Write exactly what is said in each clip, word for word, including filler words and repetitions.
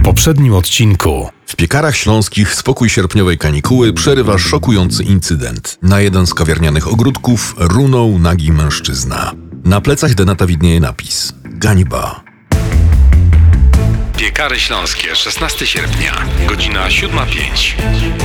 poprzednim odcinku. W piekarach śląskich spokój sierpniowej kanikuły przerywa szokujący incydent. Na jeden z kawiarnianych ogródków runął nagi mężczyzna. Na plecach denata widnieje napis: Ganiba. Piekary śląskie, szesnastego sierpnia, godzina siódma pięć.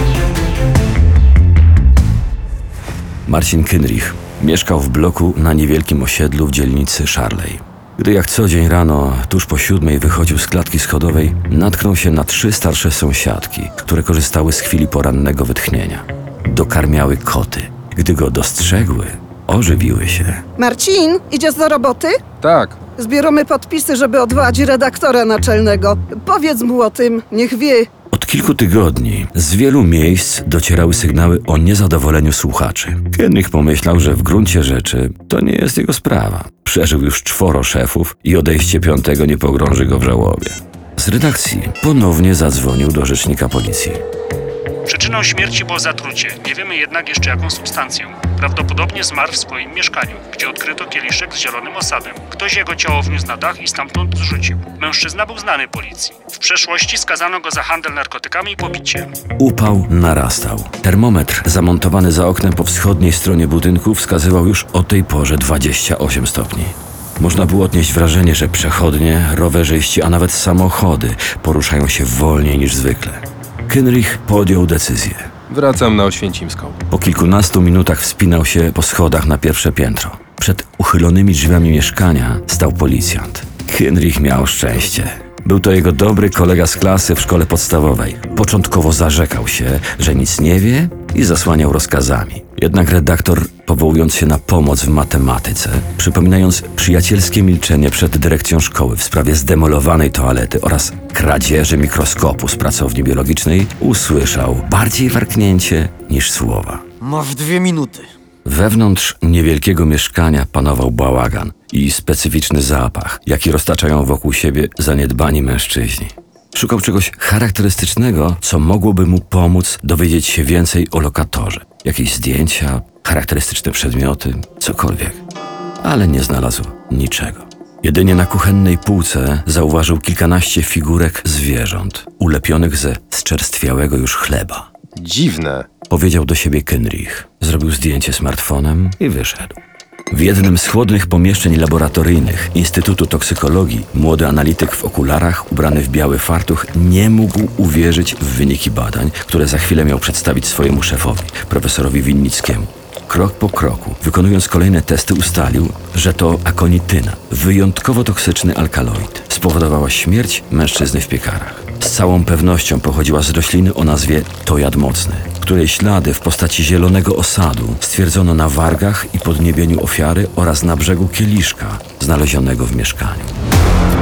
Marcin Kynrich mieszkał w bloku na niewielkim osiedlu w dzielnicy Szarlej. Gdy jak co dzień rano, tuż po siódmej wychodził z klatki schodowej, natknął się na trzy starsze sąsiadki, które korzystały z chwili porannego wytchnienia. Dokarmiały koty. Gdy go dostrzegły, ożywiły się. Marcin, idziesz do roboty? Tak. Zbieramy podpisy, żeby odwołać redaktora naczelnego. Powiedz mu o tym, niech wie. Od kilku tygodni z wielu miejsc docierały sygnały o niezadowoleniu słuchaczy. Kynrich pomyślał, że w gruncie rzeczy to nie jest jego sprawa. Przeżył już czworo szefów i odejście piątego nie pogrąży go w żałobie. Z redakcji ponownie zadzwonił do rzecznika policji. Przyczyną śmierci było zatrucie. Nie wiemy jednak jeszcze jaką substancję. Prawdopodobnie zmarł w swoim mieszkaniu, gdzie odkryto kieliszek z zielonym osadem. Ktoś jego ciało wniósł na dach i stamtąd zrzucił. Mężczyzna był znany policji. W przeszłości skazano go za handel narkotykami i pobicie. Upał narastał. Termometr zamontowany za oknem po wschodniej stronie budynku wskazywał już o tej porze dwadzieścia osiem stopni. Można było odnieść wrażenie, że przechodnie, rowerzyści, a nawet samochody poruszają się wolniej niż zwykle. Kynrich podjął decyzję. Wracam na Oświęcimską. Po kilkunastu minutach wspinał się po schodach na pierwsze piętro. Przed uchylonymi drzwiami mieszkania stał policjant. Kynrich miał szczęście. Był to jego dobry kolega z klasy w szkole podstawowej. Początkowo zarzekał się, że nic nie wie i zasłaniał rozkazami. Jednak redaktor, powołując się na pomoc w matematyce, przypominając przyjacielskie milczenie przed dyrekcją szkoły w sprawie zdemolowanej toalety oraz kradzieży mikroskopu z pracowni biologicznej, usłyszał bardziej warknięcie niż słowa. Masz dwie minuty. Wewnątrz niewielkiego mieszkania panował bałagan i specyficzny zapach, jaki roztaczają wokół siebie zaniedbani mężczyźni. Szukał czegoś charakterystycznego, co mogłoby mu pomóc dowiedzieć się więcej o lokatorze. Jakieś zdjęcia, charakterystyczne przedmioty, cokolwiek. Ale nie znalazł niczego. Jedynie na kuchennej półce zauważył kilkanaście figurek zwierząt, ulepionych ze zczerstwiałego już chleba. Dziwne. Powiedział do siebie Kynrich. Zrobił zdjęcie smartfonem i wyszedł. W jednym z chłodnych pomieszczeń laboratoryjnych Instytutu Toksykologii młody analityk w okularach, ubrany w biały fartuch, nie mógł uwierzyć w wyniki badań, które za chwilę miał przedstawić swojemu szefowi, profesorowi Winnickiemu. Krok po kroku, wykonując kolejne testy, ustalił, że to akonityna, wyjątkowo toksyczny alkaloid, spowodowała śmierć mężczyzny w piekarach. Z całą pewnością pochodziła z rośliny o nazwie tojad mocny, której ślady w postaci zielonego osadu stwierdzono na wargach i podniebieniu ofiary oraz na brzegu kieliszka znalezionego w mieszkaniu.